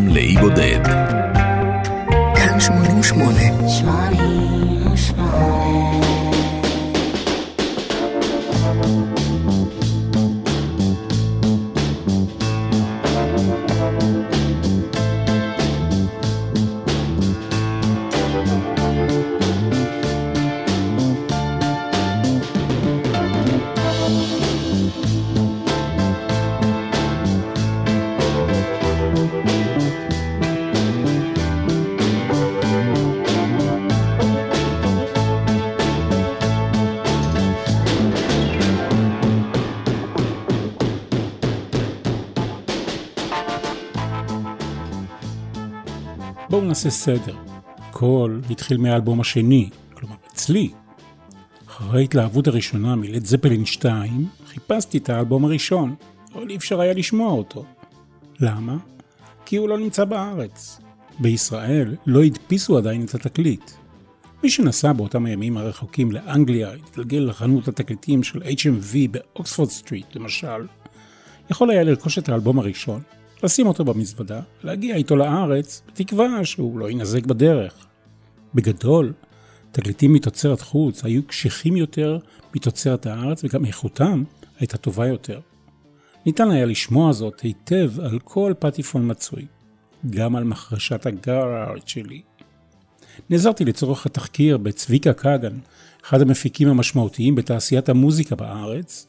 לאי בודד. כאן 88. בואו נעשה סדר. הכל התחיל מהאלבום השני, כלומר אצלי. אחרי התלהבות הראשונה מלד זפלין 2, חיפשתי את האלבום הראשון, אבל אי אפשר היה לשמוע אותו. למה? כי הוא לא נמצא בארץ. בישראל לא הדפיסו עדיין את התקליט. מי שנסע באותם הימים הרחוקים לאנגליה, התגלגל לחנות התקליטים של HMV באוקספורד סטריט למשל, יכול היה לרכוש את האלבום הראשון, לשים אותו במזוודה, להגיע איתו לארץ, בתקווה שהוא לא ינזק בדרך. בגדול, תקליטים מתוצרת חוץ היו קשיחים יותר מתוצרת הארץ, וגם איכותם הייתה טובה יותר. ניתן היה לשמוע זאת היטב על כל פטיפון מצוי, גם על מחרשת הגארארד שלי. נעזרתי לצורך התחקיר בצביקה קגן, אחד המפיקים המשמעותיים בתעשיית המוזיקה בארץ,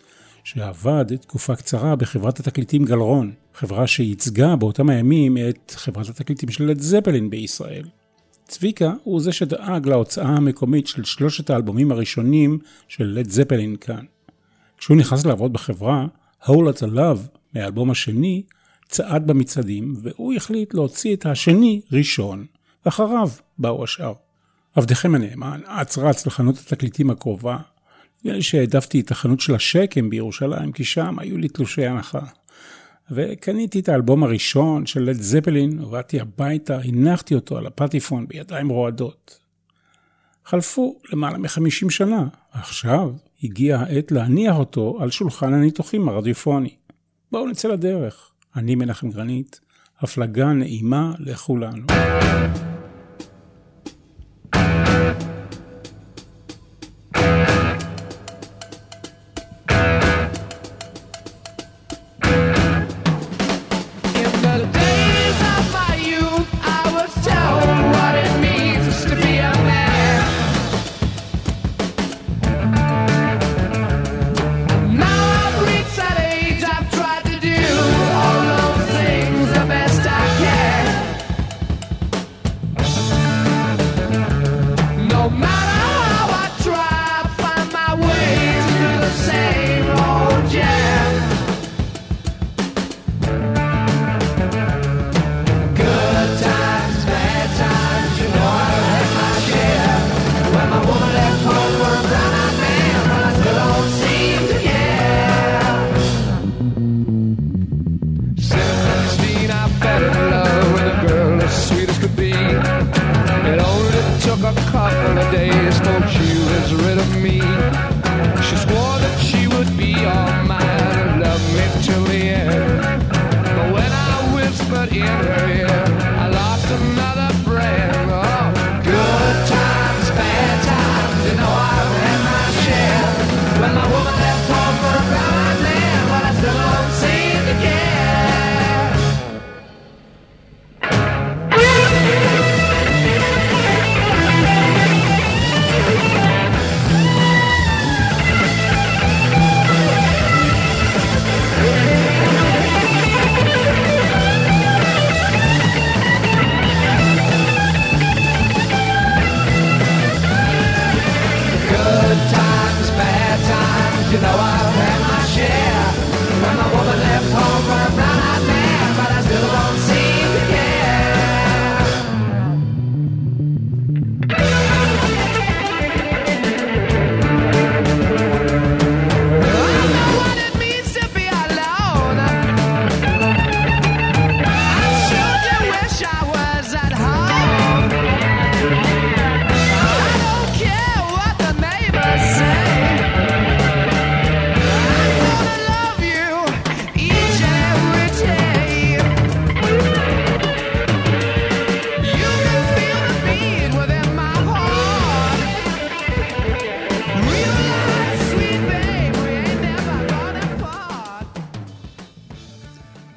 שעבד תקופה קצרה בחברת התקליטים גלרון, חברה שייצגה באותם הימים את חברת התקליטים של לד זפלין בישראל. צביקה הוא זה שדאג להוצאה המקומית של 3 האלבומים הראשונים של לד זפלין כאן. כשהוא נכנס לעבוד בחברה, Whole Lotta Love מהאלבום השני צעד במצעדים, והוא החליט להוציא את השני ראשון, ואחריו באו השאר. עבדכם הנאמן רץ לחנות התקליטים הקרובה, בגלל שהעדפתי את החנות של השקם בירושלים, כי שם היו לי תלושי הנחה. וקניתי את האלבום הראשון של לד זפלין, ובאתי הביתה, הנחתי אותו על הפטיפון בידיים רועדות. חלפו למעלה מ-50 שנה, עכשיו הגיעה העת להניח אותו על שולחן הניתוחים הרדיופוני. בואו נצא לדרך. אני מנחם גרנית, הפלגה נעימה לכולנו.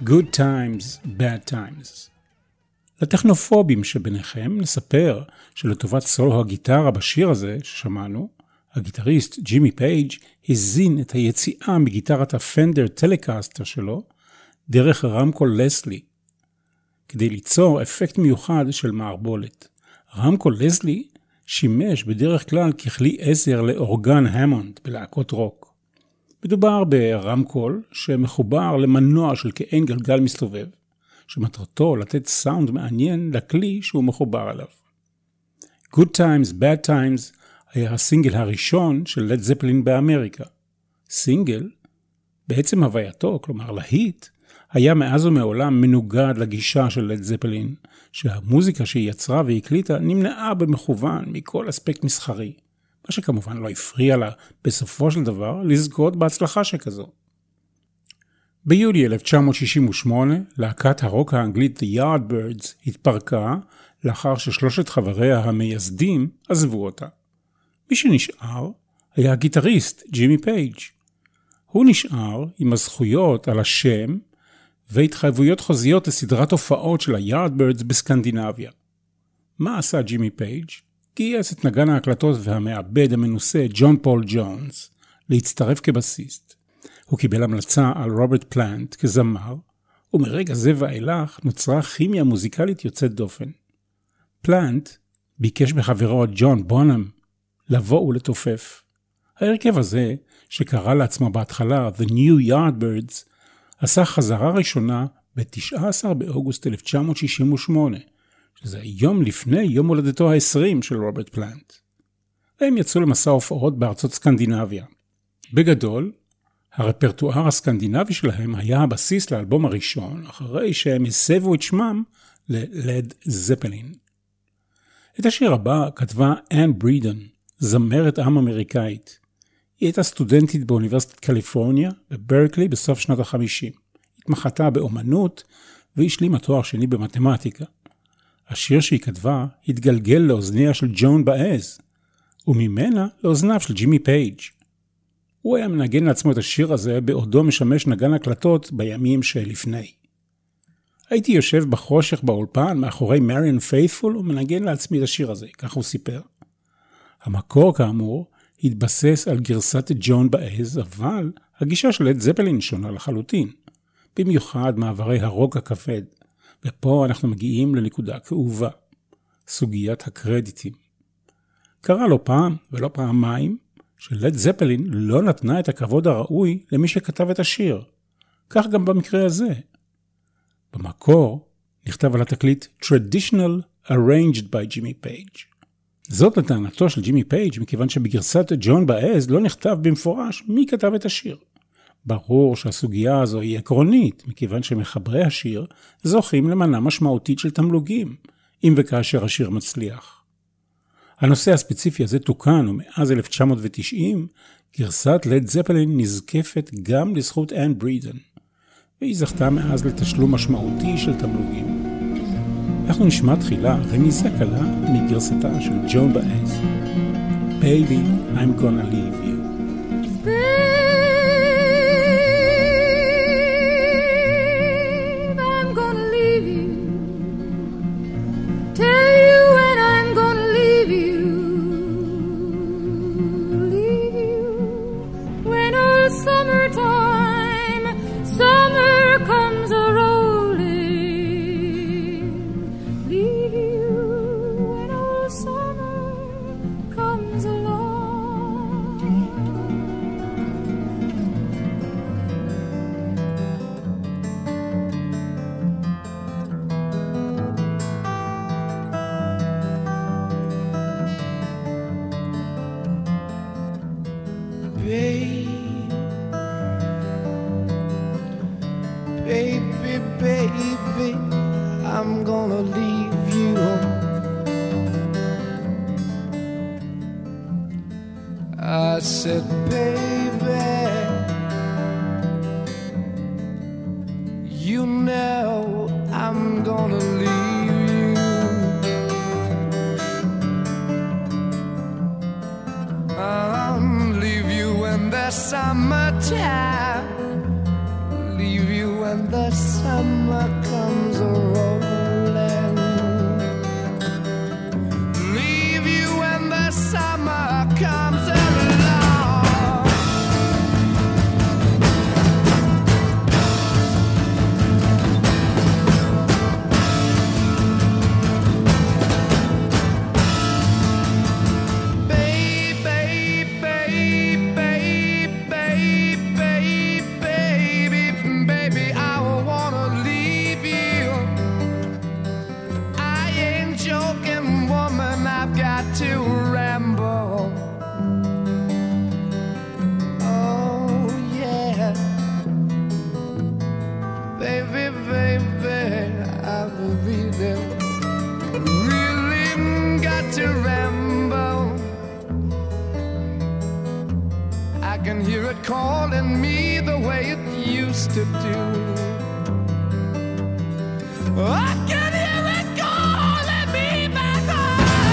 Good times, bad times. לטכנופובים שביניכם נספר שלטובת סולו הגיטרה בשיר הזה ששמענו, הגיטריסט ג'ימי פייג' הזין את היציאה מגיטרת הפנדר טלקאסטר שלו דרך רמקול לסלי, כדי ליצור אפקט מיוחד של מערבולת. רמקול לסלי שימש בדרך כלל ככלי עזר לאורגן המונד בלהקות רוק. מדובר ברמקול שמחובר למנוע של כעין גלגל מסתובב, שמטרתו לתת סאונד מעניין לכלי שהוא מחובר אליו. Good Times, Bad Times היה הסינגל הראשון של לד זפלין באמריקה. סינגל, בעצם הווייתו, כלומר להיט, היה מאז ומעולם מנוגד לגישה של לד זפלין, שהמוזיקה שהיא יצרה והקליטה נמנעה במכוון מכל אספקט מסחרי, מה שכמובן לא הפריע לה בסופו של דבר לזכות בהצלחה שכזו. ביולי 1968, להקת הרוק האנגלית The Yardbirds התפרקה לאחר ששלושת חבריה המייסדים עזבו אותה. מי שנשאר היה הגיטריסט ג'ימי פייג'. הוא נשאר עם הזכויות על השם והתחייבויות חוזיות לסדרת הופעות של ה-Yardbirds בסקנדינביה. מה עשה ג'ימי פייג'? גייס את נגן ההקלטות והמעבד המנוסה ג'ון פול ג'ונס להצטרף כבסיסט. הוא קיבל המלצה על רוברט פלנט כזמר, ומרגע זה ואילך נוצרה כימיה מוזיקלית יוצאת דופן. פלנט ביקש בחברו ג'ון בונאם לבוא ולתופף. ההרכב הזה, שקרא לעצמו בהתחלה The New Yardbirds, עשה חזרה ראשונה ב-19 באוגוסט 1968, שזה יום לפני יום הולדתו ה-20 של רוברט פלנט. והם יצאו למסע הופעות בארצות סקנדינביה. בגדול, הרפרטואר הסקנדינבי שלהם היה הבסיס לאלבום הראשון, אחרי שהם הסבו את שמם ללד זפלין. את השיר הבא כתבה אן ברידן, זמרת עם אמריקאית. היא הייתה סטודנטית באוניברסיטת קליפורניה בברקלי בסוף שנות ה-50. התמחתה באומנות והשלימה תואר שני במתמטיקה. השיר שהיא כתבה התגלגל לאוזניה של ג'ון באז, וממנה לאוזניו של ג'ימי פייג'. הוא היה מנגן לעצמו את השיר הזה בעודו משמש נגן הקלטות בימים שלפני. הייתי יושב בחושך באולפן מאחורי מריאן פיית'פול ומנגן לעצמי את השיר הזה, כך הוא סיפר. המקור כאמור התבסס על גרסת ג'ון באז, אבל הגישה של לד זפלין שונה לחלוטין, במיוחד מעברי הרוק הכבד, ופה אנחנו מגיעים לנקודה כאובה, סוגיית הקרדיטים. קרה לא פעם ולא פעמיים שלד זפלין לא נתנה את הכבוד הראוי למי שכתב את השיר, כך גם במקרה הזה. במקור נכתב על התקליט Traditional Arranged by Jimmy Page. זאת לטענתו של ג'ימי פייג' מכיוון שבגרסת ג'ון באז לא נכתב במפורש מי כתב את השיר. ברור שהסוגיה הזו היא עקרונית, מכיוון שמחברי השיר זוכים למנה משמעותית של תמלוגים, אם וכאשר השיר מצליח. הנושא הספציפי הזה תוקן, ומאז 1990 גרסת לד זפלין נזקפת גם לזכות אן ברידן, והיא זכתה מאז לתשלום משמעותי של תמלוגים. אנחנו נשמע תחילה רמיזה קלה מגרסתה של ג'ון באז. Baby, I'm gonna leave you. Babe, I'm gonna leave you. Tell you when I'm gonna leave you. Leave you when all summertime, summer comes a-rolling. Leave you when all summer comes along. Baby, baby, I'm gonna leave you. I said, baby, you know I'm gonna leave you. I'll leave you when the summertime, leave you when when the summer comes rolling. Leave you when the summer comes along. To ramble, oh yeah, baby, baby, I really got to ramble. I can hear it calling me the way it used to do. I can hear it calling me back home.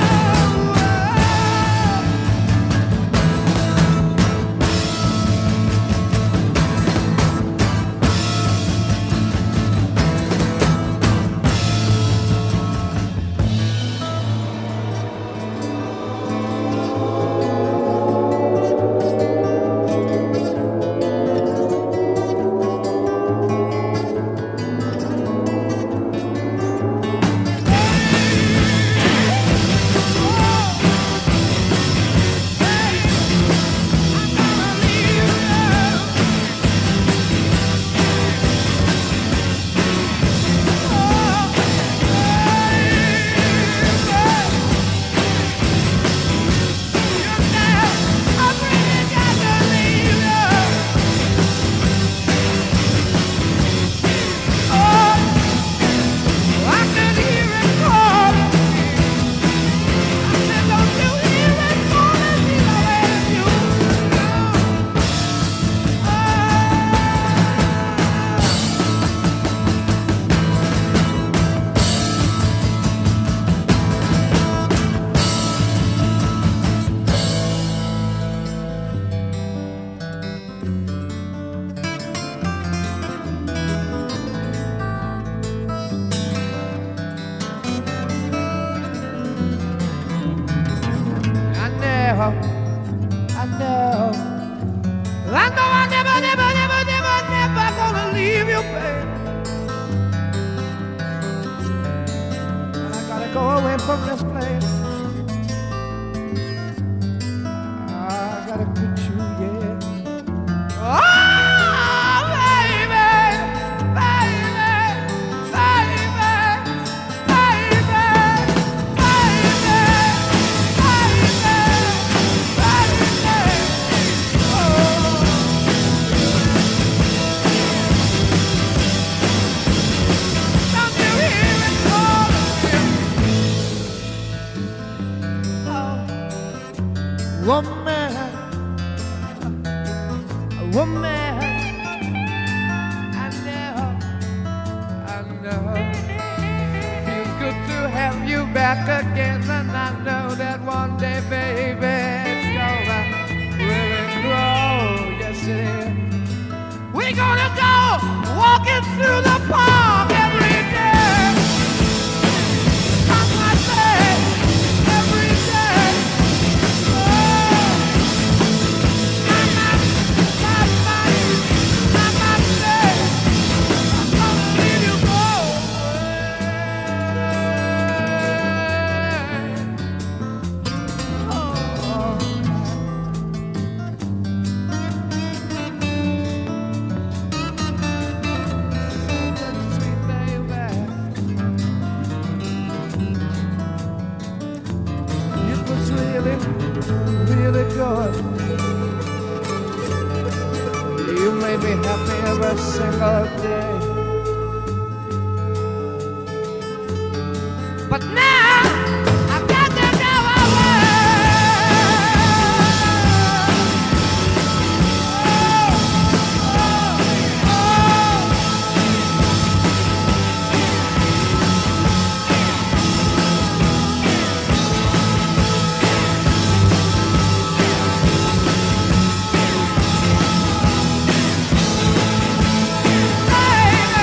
Never gonna leave you, babe. I gotta go away from this place. I gotta quit you, yeah. Oh, baby, baby, baby, baby, woman, woman, I know, feels good to have you back again, and I know that one day, baby, it's gonna really grow, yes it is. We're gonna go walking through the park every day, I must say, every day. Really good. You made me happy every single day. But now I've got to go away. Baby,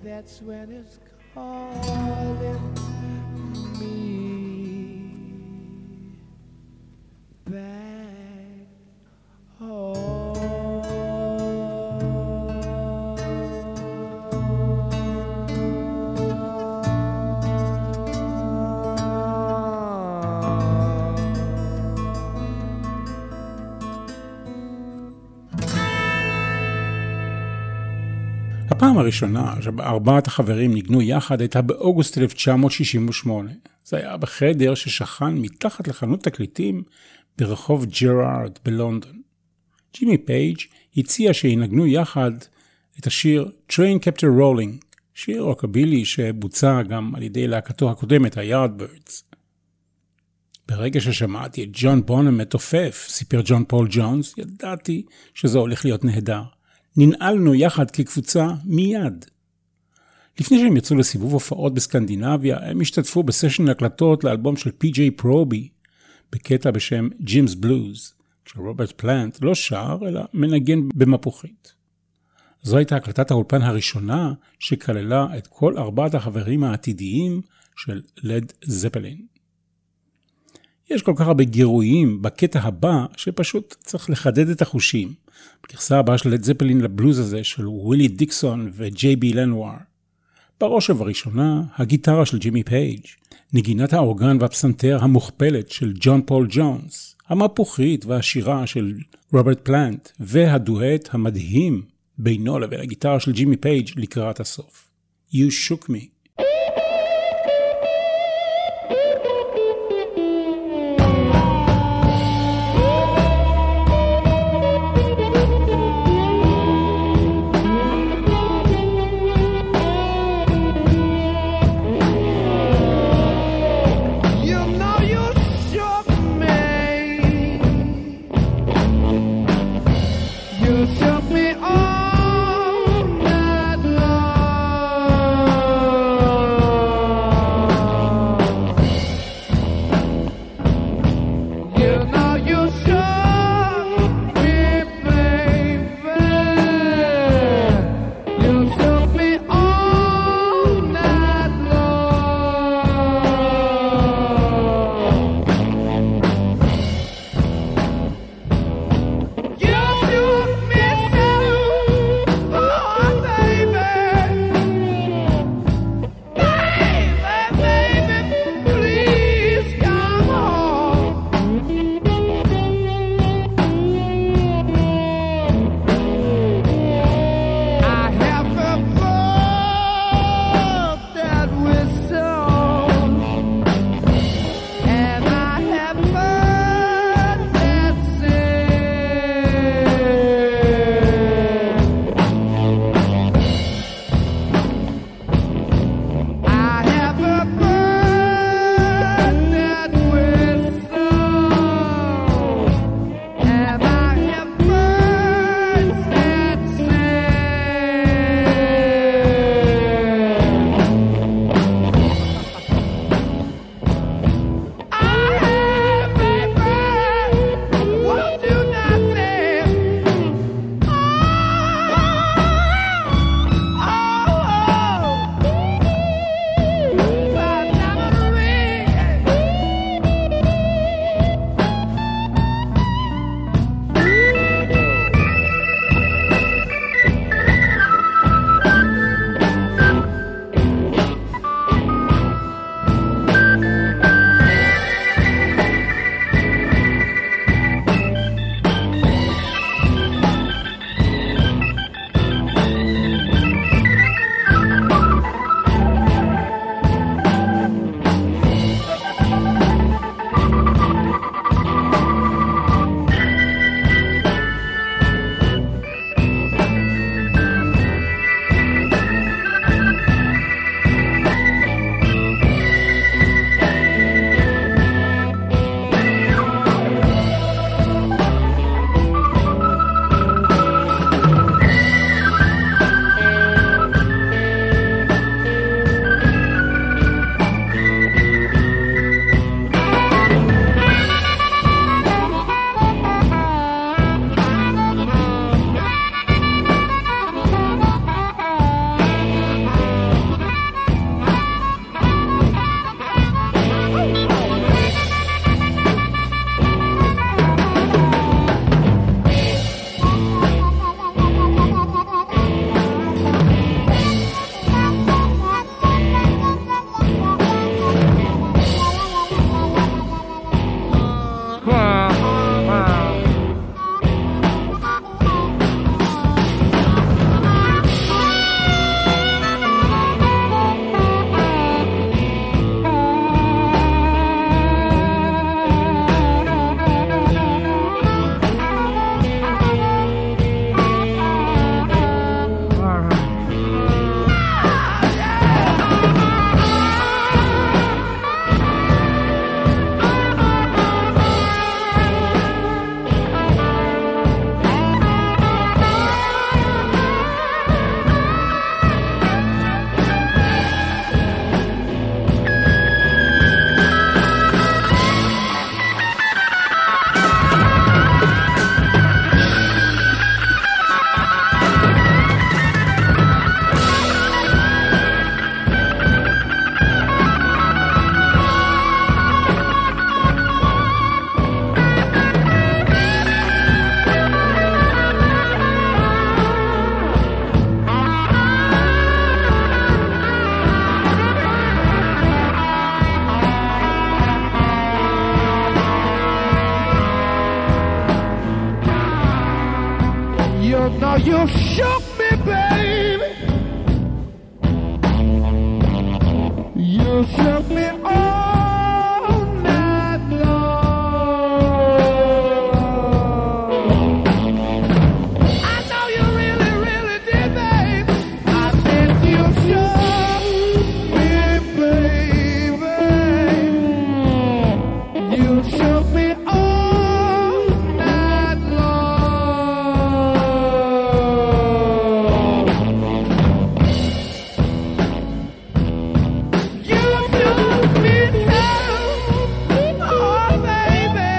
that's when it's calling me back home. הפעם הראשונה שבה ארבעת החברים ניגנו יחד הייתה באוגוסט 1968. זה היה בחדר ששכן מתחת לחנות תקליטים ברחוב ג'רארד בלונדון. ג'ימי פייג' הציע שינגנו יחד את השיר Train Kept Rolling, שיר רוקבילי שבוצע גם על ידי להקתו הקודמת, היארדברדס. ברגע ששמעתי את ג'ון בונם מתופף, סיפר ג'ון פול ג'ונס, ידעתי שזה הולך להיות נהדר. ננעלנו יחד כקבוצה מיד. לפני שהם יצאו לסיבוב הופעות בסקנדינביה, הם השתתפו בסשן הקלטות לאלבום של פי.ג'יי פרובי, בקטע בשם ג'ימס בלוז, כשרוברט פלנט לא שר, אלא מנגן במפוחית. זו הייתה הקלטת האולפן הראשונה שכללה את כל ארבעת החברים העתידיים של לד זפלין. יש כל כך הרבה גירויים בקטע הבא שפשוט צריך לחדד את החושים. בגרסה הבאה של לד זפלין לבלוז הזה של ווילי דיקסון וג'יי בי לנואר. בראש ובראשונה הגיטרה של ג'ימי פייג', נגינת האורגן והפסנתר המוכפלת של ג'ון פול ג'ונס, המפוחית והשירה של רוברט פלנט, והדואט המדהים בינו לבין הגיטרה של ג'ימי פייג' לקראת הסוף. You shook me. Shook me all night long. Now you shook me, baby. You shook me all night long. I know you really, really did, babe. I said you shook me, baby. You shook me all night long. You shook me so, oh baby.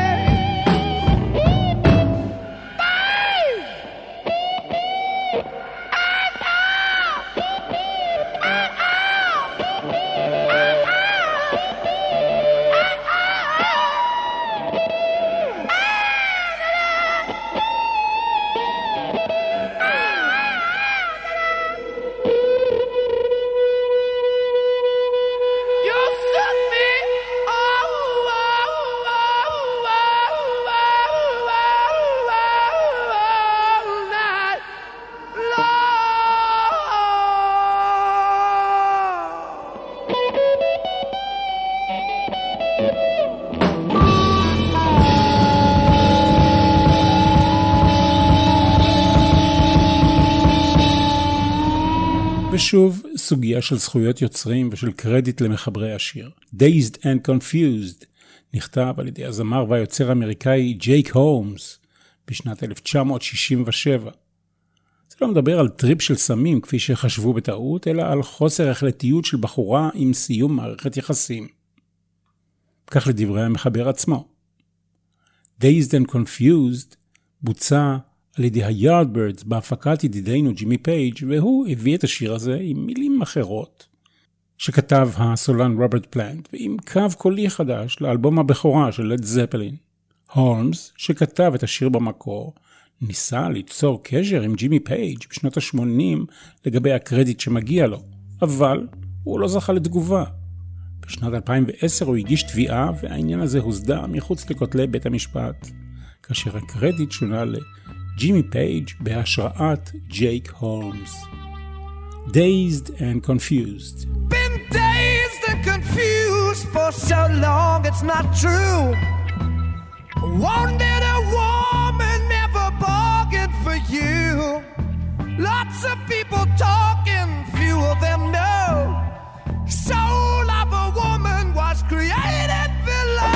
You shook me all night ושוב, סוגיה של זכויות יוצרים ושל קרדיט למחברי השיר. Dazed and Confused נכתב על ידי הזמר והיוצר האמריקאי ג'ייק הולמס בשנת 1967. זה לא מדבר על טריפ של סמים כפי שחשבו בטעות, אלא על חוסר החלטיות של בחורה עם סיום מערכת יחסים. כך לדברי המחבר עצמו. Dazed and Confused בוצע על ידי היארדברדס בהפקת ידידנו ג'ימי פייג', והוא הביא את השיר הזה עם מילים אחרות שכתב הסולן רוברט פלנט, ועם קו קולי חדש לאלבום הבכורה של לד זפלין. הולמס, שכתב את השיר במקור, ניסה ליצור קשר עם ג'ימי פייג' בשנות ה-80 לגבי הקרדיט שמגיע לו, אבל הוא לא זכה לתגובה. בשנת 2010 הוא הגיש תביעה, והעניין הזה הוסדר מחוץ לכותלי בית המשפט, כאשר הקרדיט שונה לג'ימי פייג' בהשראת ג'ייק הולמס. Dazed and Confused. Been dazed and confused for so long it's not true. Wanted a woman, never bargained for you. Lots of people talking, few of them know. Soul of a woman was created below.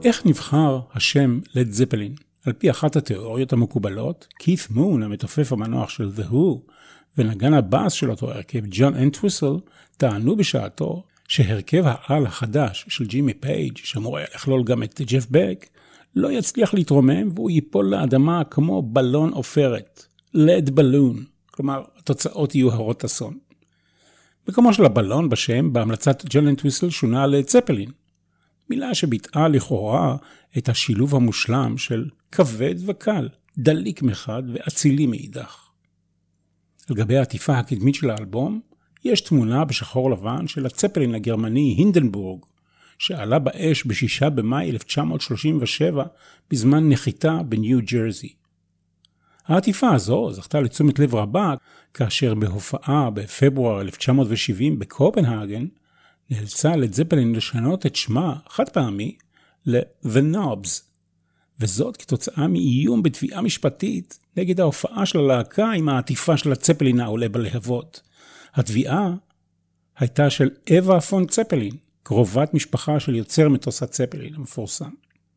איך נבחר השם לד זפלין? על פי אחת התיאוריות המקובלות, כית מון, המתופף המנוח של The Who, ונגן הבאס של אותו הרכב, ג'ון אנטוויסל, טענו בשעתו שהרכב העל החדש של ג'ימי פייג', שאמור היה לכלול גם את ג'ף בק, לא יצליח להתרומם והוא ייפול לאדמה כמו בלון עופרת, lead balloon, כלומר התוצאות יהיו הרות אסון. מקומו של הבלון בשם בהמלצת ג'ון אנטוויסל שונה לצפלין, מילה שביטאה לכאורה את השילוב המושלם של כבד וקל, דליק מחד ואצילי מאידך. על גבי העטיפה הקדמית של האלבום, יש תמונה בשחור לבן של הצפלין הגרמני הינדנבורג, שעלה באש ב6 במאי 1937 בזמן נחיתה בניו ג'רזי. העטיפה הזו זכתה לתשומת לב רבה כאשר בהופעה בפברואר 1970 בקופנהגן, נאלצה לד זפלין לשנות את שמה חד פעמי ל-The Knobs, וזאת כתוצאה מאיום בתביעה משפטית נגד ההופעה של הלהקה עם העטיפה של הצפלין העולה בלהבות. התביעה הייתה של אווה פון צפלין, קרובת משפחה של יוצר מטוס הצפלין המפורסם.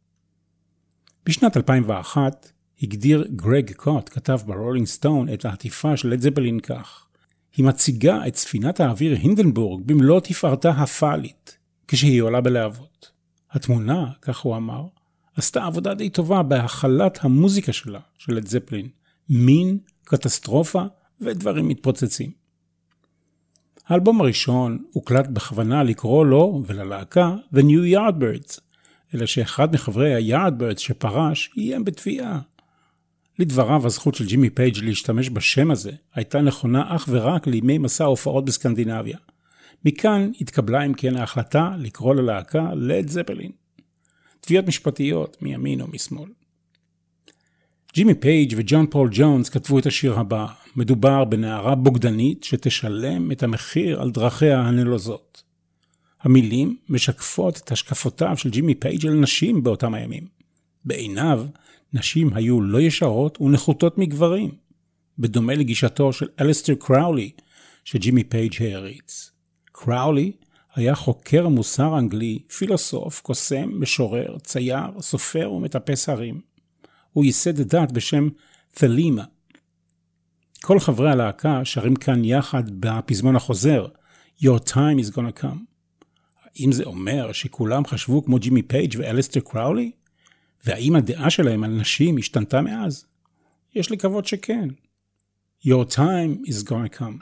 בשנת 2001 הגדיר גרג קוט, כתב ברולינג סטון, את העטיפה של לד זפלין כך: היא מציגה את ספינת האוויר הינדנבורג במלוא תפארתה הפאלית, כשהיא עולה בלהבות. התמונה, כך הוא אמר, עשתה עבודה די טובה בהחלת המוזיקה שלה, של לד זפלין, מין, קטסטרופה ודברים מתפוצצים. האלבום הראשון הוקלט בכוונה לקרוא לו וללהקה The New Yardbirds, אלא שאחד מחברי ה-Yardbirds שפרש איים בתביעה. לדבריו, הזכות של ג'ימי פייג' להשתמש בשם הזה הייתה נכונה אך ורק לימי מסע הופעות בסקנדינביה. מכאן התקבלה אם כן ההחלטה לקרוא ללהקה לד זפלין. תביעות משפטיות מימין או משמאל. ג'ימי פייג' וג'ון פול ג'ונס כתבו את השיר הבא. מדובר בנערה בוגדנית שתשלם את המחיר על דרכיה הנלוזות. המילים משקפות את השקפותיו של ג'ימי פייג' על נשים באותם הימים. בעיניו, נשים היו לא ישרות ונחותות מגברים, בדומה לגישתו של אליסטר קראולי, שג'ימי פייג' העריץ. קראולי היה חוקר מוסר אנגלי, פילוסוף, קוסם, משורר, צייר, סופר ומטפס הרים. הוא ייסד דת בשם ת'לימה. כל חברי הלהקה שרים כאן יחד בפזמון החוזר, Your time is gonna come. האם זה אומר שכולם חשבו כמו ג'ימי פייג' ואליסטר קראולי? והאם הדעה שלהם על נשים השתנתה מאז? יש לקוות שכן. Your time is gonna come.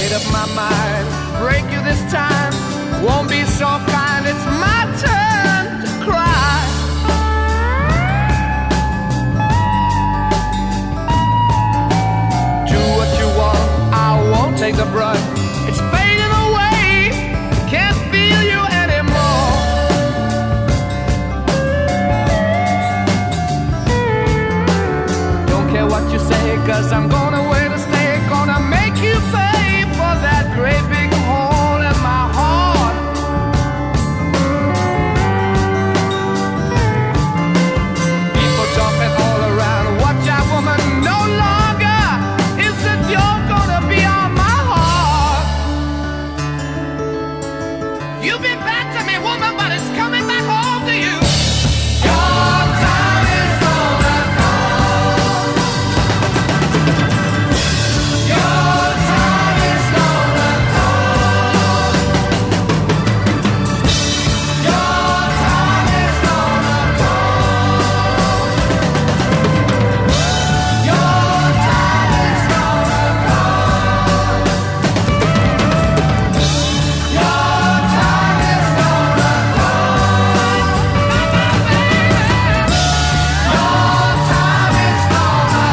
made up my mind. Break you this time, won't be so kind. It's my turn to cry. Do what you want, I won't take the brunt. It's fading away, can't feel you anymore. Don't care what you say, 'cause I'm gonna wait to stay. Gonna make you pay for that great big hole in my heart. People jumping all around, watch out woman, no longer is the joke gonna be on my heart. You've been bad to me woman, but it's coming back home to you. Your time is gonna come. Your time is gonna come. Your time is gonna come. Your time is gonna come. Your time is gonna come. Your time is gonna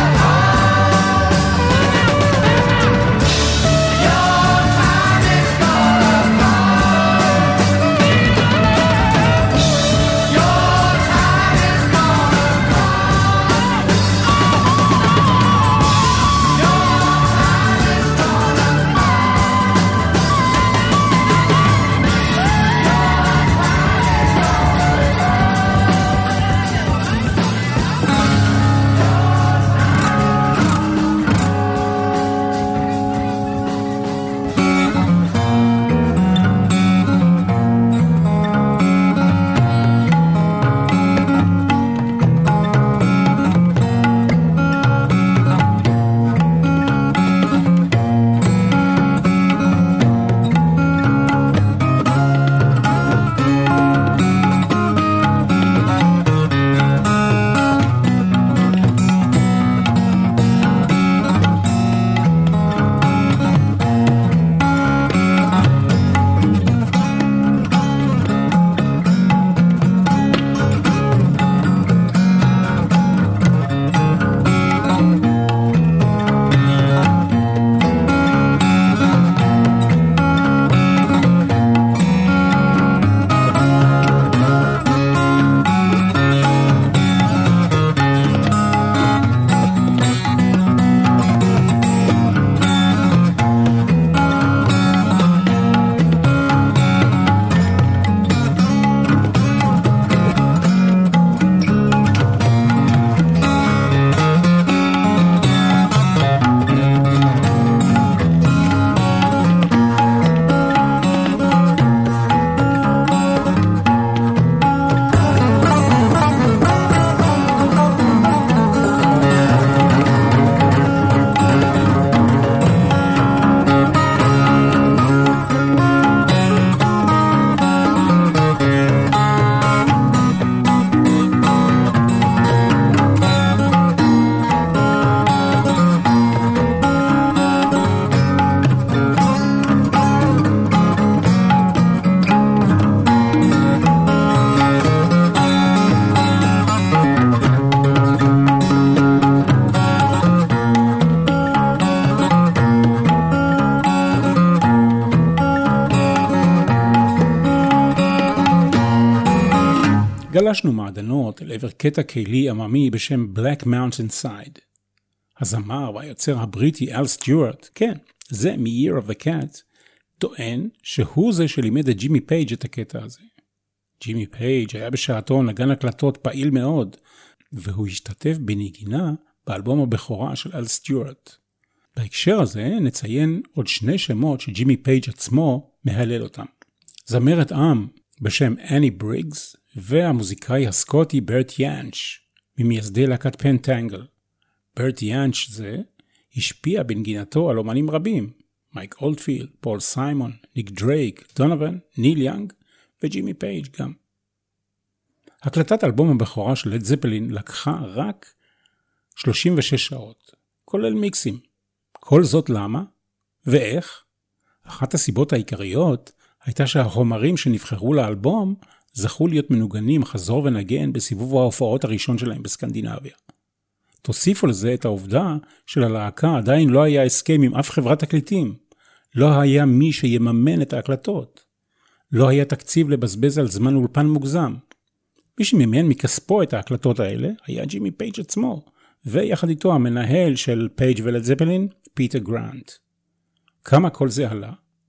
גלשנו מעדנות אל עבר קטע קהילי עממי בשם Black Mountain Side. הזמר והיוצר הבריטי אל סטיוארט, כן, זה מ-Year of the Cat, טוען שהוא זה שלימד את ג'ימי פייג' את הקטע הזה. ג'ימי פייג' היה בשעתו נגן הקלטות פעיל מאוד, והוא השתתף בנגינה באלבום הבכורה של אל סטיוארט. בהקשר הזה נציין עוד שני שמות שג'ימי פייג' עצמו מהלל אותם. זמרת עם בשם אני בריגס, והמוזיקאי הסקוטי ברט יאנץ' ממייסדי להקת פנטנגל. ברט יאנץ' זה השפיע בנגינתו על אומנים רבים, מייק אולדפילד, פול סיימון, ניק דרייק, דונובן, ניל יאנג וג'ימי פייג' גם. הקלטת אלבום הבכורה של לד זפלין לקחה רק 36 שעות, כולל מיקסים. כל זאת למה? ואיך? אחת הסיבות העיקריות הייתה שהחומרים שנבחרו לאלבום זכו להיות מנוגנים חזור ונגן בסיבוב ההופעות הראשון שלהם בסקנדינביה. תוסיפו לזה את העובדה שללהקה עדיין לא היה הסכם עם אף חברת תקליטים. לא היה מי שיממן את ההקלטות. לא היה תקציב לבזבז על זמן אולפן מוגזם. מי שמימן מכספו את ההקלטות האלה היה ג'ימי פייג' עצמו, ויחד איתו המנהל של פייג' ולד זפלין, פיטר גרנט. כמה כל זה עלה?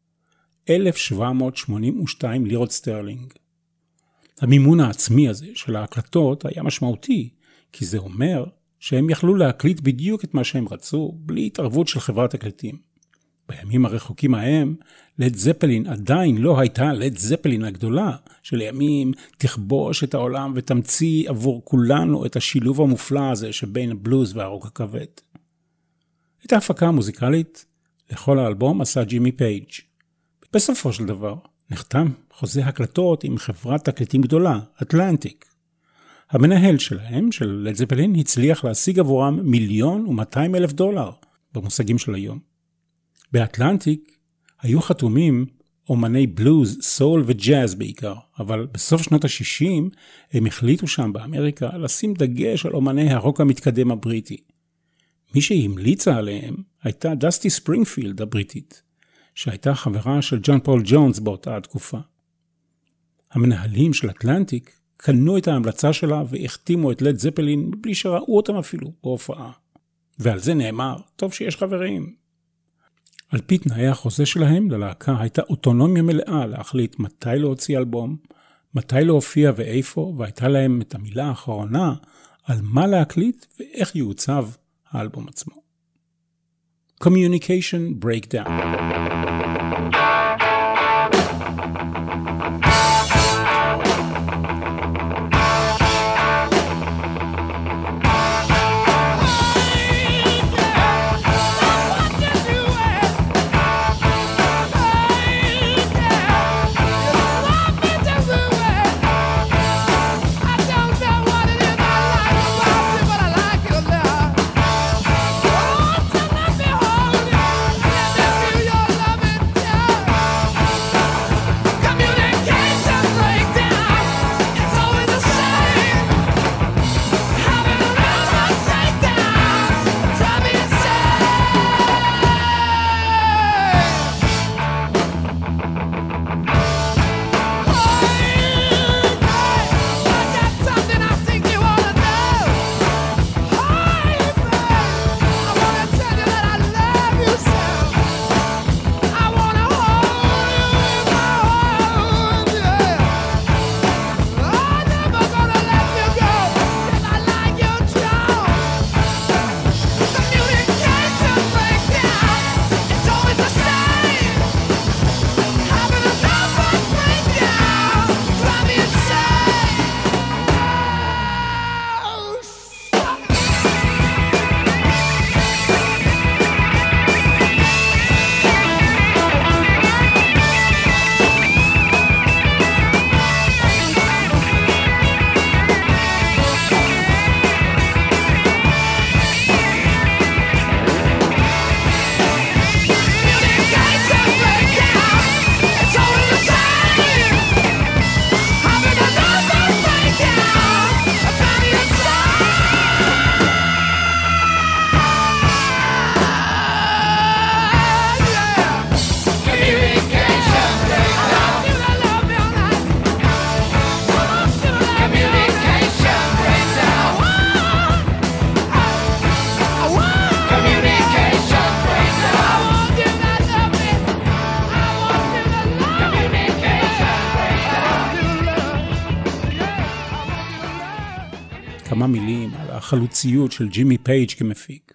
1,782 לירות סטרלינג. המימון העצמי הזה של ההקלטות היה משמעותי, כי זה אומר שהם יכלו להקליט בדיוק את מה שהם רצו, בלי התערבות של חברת תקליטים. בימים הרחוקים ההם, לד זפלין עדיין לא הייתה לד זפלין הגדולה, שלימים תכבוש את העולם ותמציא עבור כולנו את השילוב המופלא הזה שבין הבלוז והרוק הכבד. את ההפקה המוזיקלית לכל האלבום עשה ג'ימי פייג'. בסופו של דבר נחתם חוזה הקלטות עם חברת תקליטים גדולה, אטלנטיק. המנהל שלהם, של לד זפלין, הצליח להשיג עבורם $1,200,000 במושגים של היום. באטלנטיק היו חתומים אומני בלוז, סול וג'אז בעיקר, אבל בסוף שנות ה-60 הם החליטו שם באמריקה לשים דגש על אומני הרוק המתקדם הבריטי. מי שהמליצה עליהם הייתה דסטי ספרינגפילד הבריטית, שהייתה חברה של ג'ון פול ג'ונס באותה התקופה. המנהלים של אטלנטיק קנו את ההמלצה שלה והחתימו את לד זפלין בלי שראו אותם אפילו בהופעה. ועל זה נאמר, טוב שיש חברים. על פי תנאי החוזה שלהם, ללהקה הייתה אוטונומיה מלאה להחליט מתי להוציא אלבום, מתי להופיע ואיפה, והייתה להם את המילה האחרונה על מה להקליט ואיך יעוצב האלבום עצמו. Communication Breakdown. כמה מילים על החלוציות של ג'ימי פייג' כמפיק.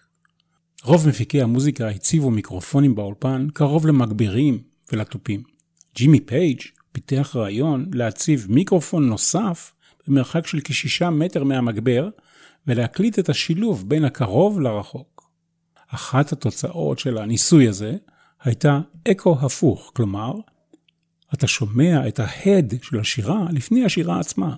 רוב מפיקי המוזיקה הציבו מיקרופונים באולפן קרוב למגבירים ולטופים. ג'ימי פייג' פיתח רעיון להציב מיקרופון נוסף במרחק של כ6 מטר מהמגבר ולהקליט את השילוב בין הקרוב לרחוק. אחת התוצאות של הניסוי הזה הייתה אקו הפוך, כלומר, אתה שומע את ההד של השירה לפני השירה עצמה.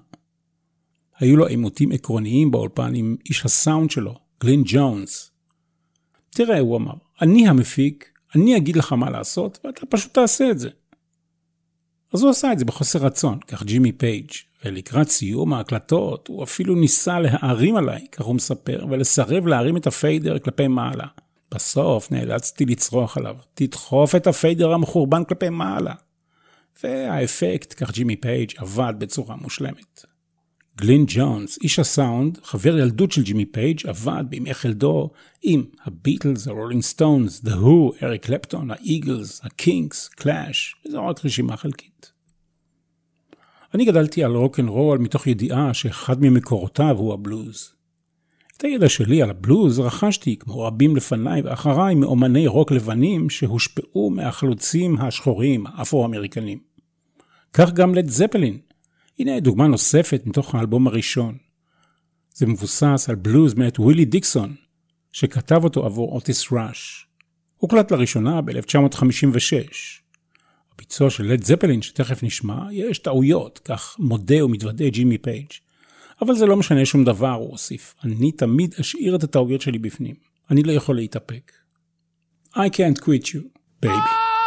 היו לו עימותים עקרוניים באולפן עם איש הסאונד שלו, גלין ג'ונס. תראה, הוא אמר, אני המפיק, אני אגיד לך מה לעשות, ואתה פשוט תעשה את זה. אז הוא עשה את זה בחוסר רצון, כך ג'ימי פייג', ולקראת סיום ההקלטות, הוא אפילו ניסה להערים עליי, כך הוא מספר, ולסרב להרים את הפיידר כלפי מעלה. בסוף נאלצתי לצרוח עליו, תדחוף את הפיידר המחורבן כלפי מעלה. והאפקט, כך ג'ימי פייג', עבד בצורה מושלמת. גלין ג'ונס, איש הסאונד, חבר ילדות של ג'ימי פייג', עבד בימי חלדו עם הביטלס, הרולינג סטונס, דה הו, אריק קלפטון, האיגלס, הקינגס, קלאש, וזו רק רשימה חלקית. אני גדלתי על רוק'נ'רול מתוך ידיעה שאחד ממקורותיו הוא הבלוז. את הידע שלי על הבלוז רכשתי, כמו רבים לפניי ואחריי, מאומני רוק לבנים שהושפעו מהחלוצים השחורים האפרו-אמריקנים. כך גם לד זפלין. הנה דוגמה נוספת מתוך האלבום הראשון. זה מבוסס על בלוז מאת ווילי דיקסון, שכתב אותו עבור אוטיס ראש. הוקלט לראשונה ב-1956. הביצוע של לד זפלין שתכף נשמע, יש טעויות, כך מודה ומתוודה ג'ימי פייג'. אבל זה לא משנה שום דבר, הוא הוסיף. אני תמיד אשאיר את הטעויות שלי בפנים. אני לא יכול להתאפק. I can't quit you, baby.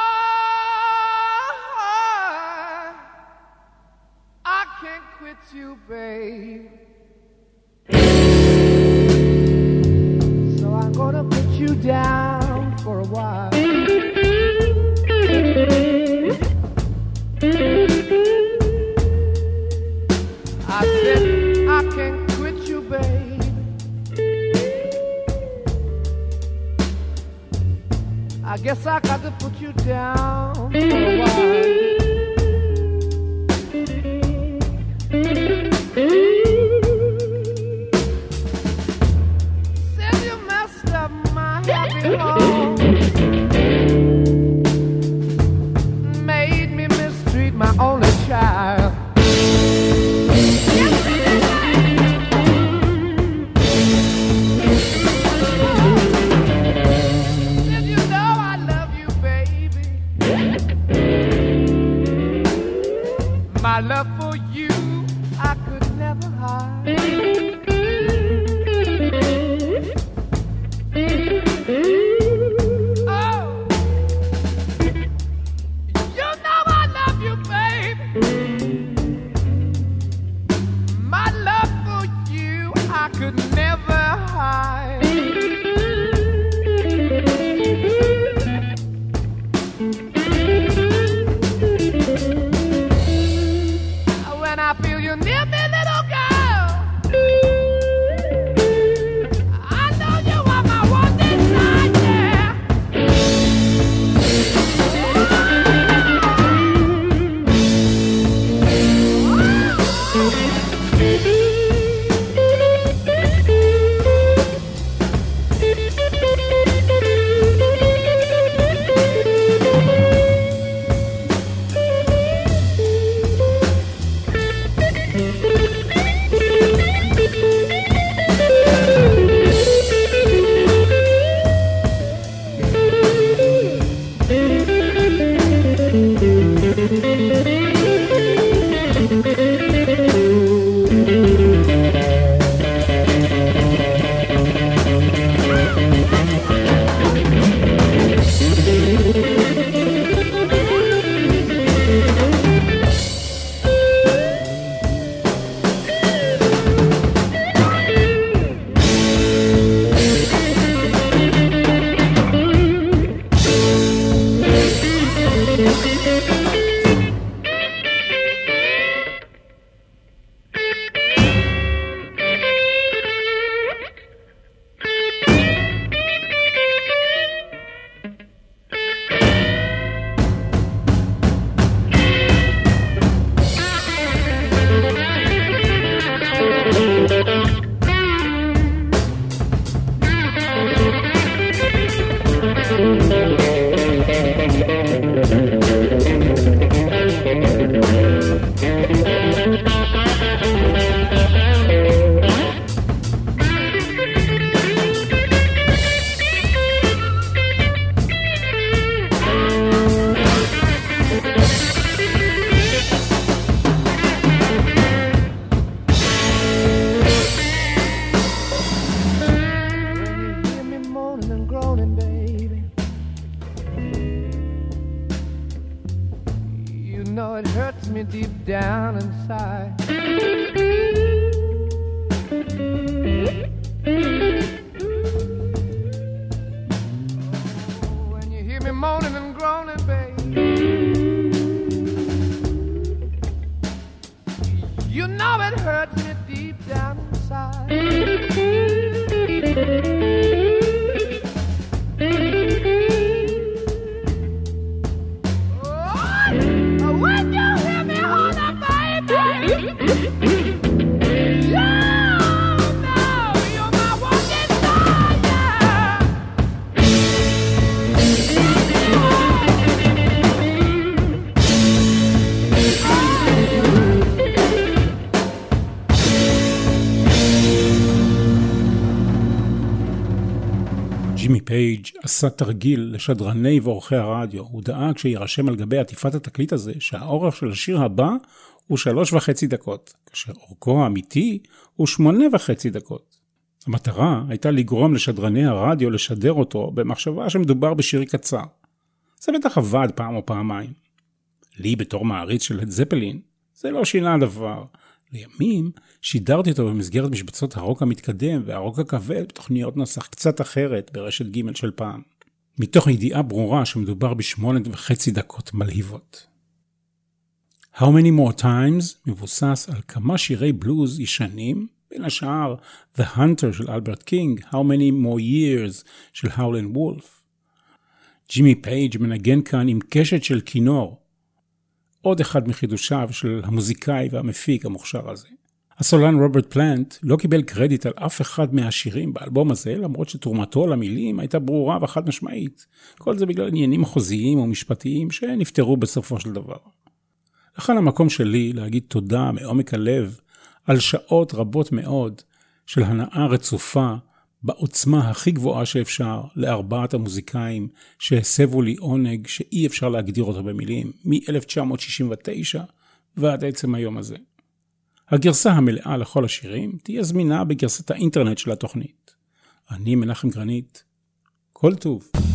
I can't quit you, babe. So I'm gonna put you down for a while. I said I can't quit you, babe. I guess I got to put you down for a while. Said you messed up my happy home, made me mistreat my only child. My love for you, I could never hide. Oh, you know I love you, baby. My love for you, I could never hide. I feel you near me, little girl. I know you are my one desire. know it hurts me deep down inside. Oh, when you hear me moaning and groaning, babe, you know it hurts me deep down inside. ג'ימי פייג' עשה תרגיל לשדרני ועורכי הרדיו. הוא דאג שירשם על גבי עטיפת התקליט הזה שהאורך של השיר הבא הוא 3.5 דקות, כאשר אורכו האמיתי הוא 8.5 דקות. המטרה הייתה לגרום לשדרני הרדיו לשדר אותו במחשבה שמדובר בשיר קצר. זה בטח עבד פעם או פעמיים. לי בתור מעריץ של לד זפלין זה לא שינה דבר. לימים שידרתי אותו במסגרת משבצות הרוק המתקדם והרוק הכבד בתוכניות נסח קצת אחרת ברשת ג' של פעם. מתוך ידיעה ברורה שמדובר ב8.5 דקות מלהיבות. How Many More Times מבוסס על כמה שירי בלוז ישנים, בין השאר The Hunter של אלברט קינג, How Many More Years של האולן וולף. ג'ימי פייג' מנגן כאן עם קשת של כינור, עוד אחד מחידושיו של המוזיקאי והמפיק המוכשר הזה. הסולן רוברט פלנט לא קיבל קרדיט על אף אחד מהשירים באלבום הזה, למרות שתרומתו למילים הייתה ברורה וחד משמעית. כל זה בגלל עניינים חוזיים ומשפטיים שנפטרו בסופו של דבר. לכן המקום שלי להגיד תודה מעומק הלב על שעות רבות מאוד של הנאה רצופה בעוצמה הכי גבוהה שאפשר לארבעת המוזיקאים שהסבו לי עונג שאי אפשר להגדיר אותו במילים מ-1969 ועד עצם היום הזה. הגרסה המלאה לכל השירים תהיה זמינה בגרסת האינטרנט של התוכנית. אני מנחם גרנית. כל טוב.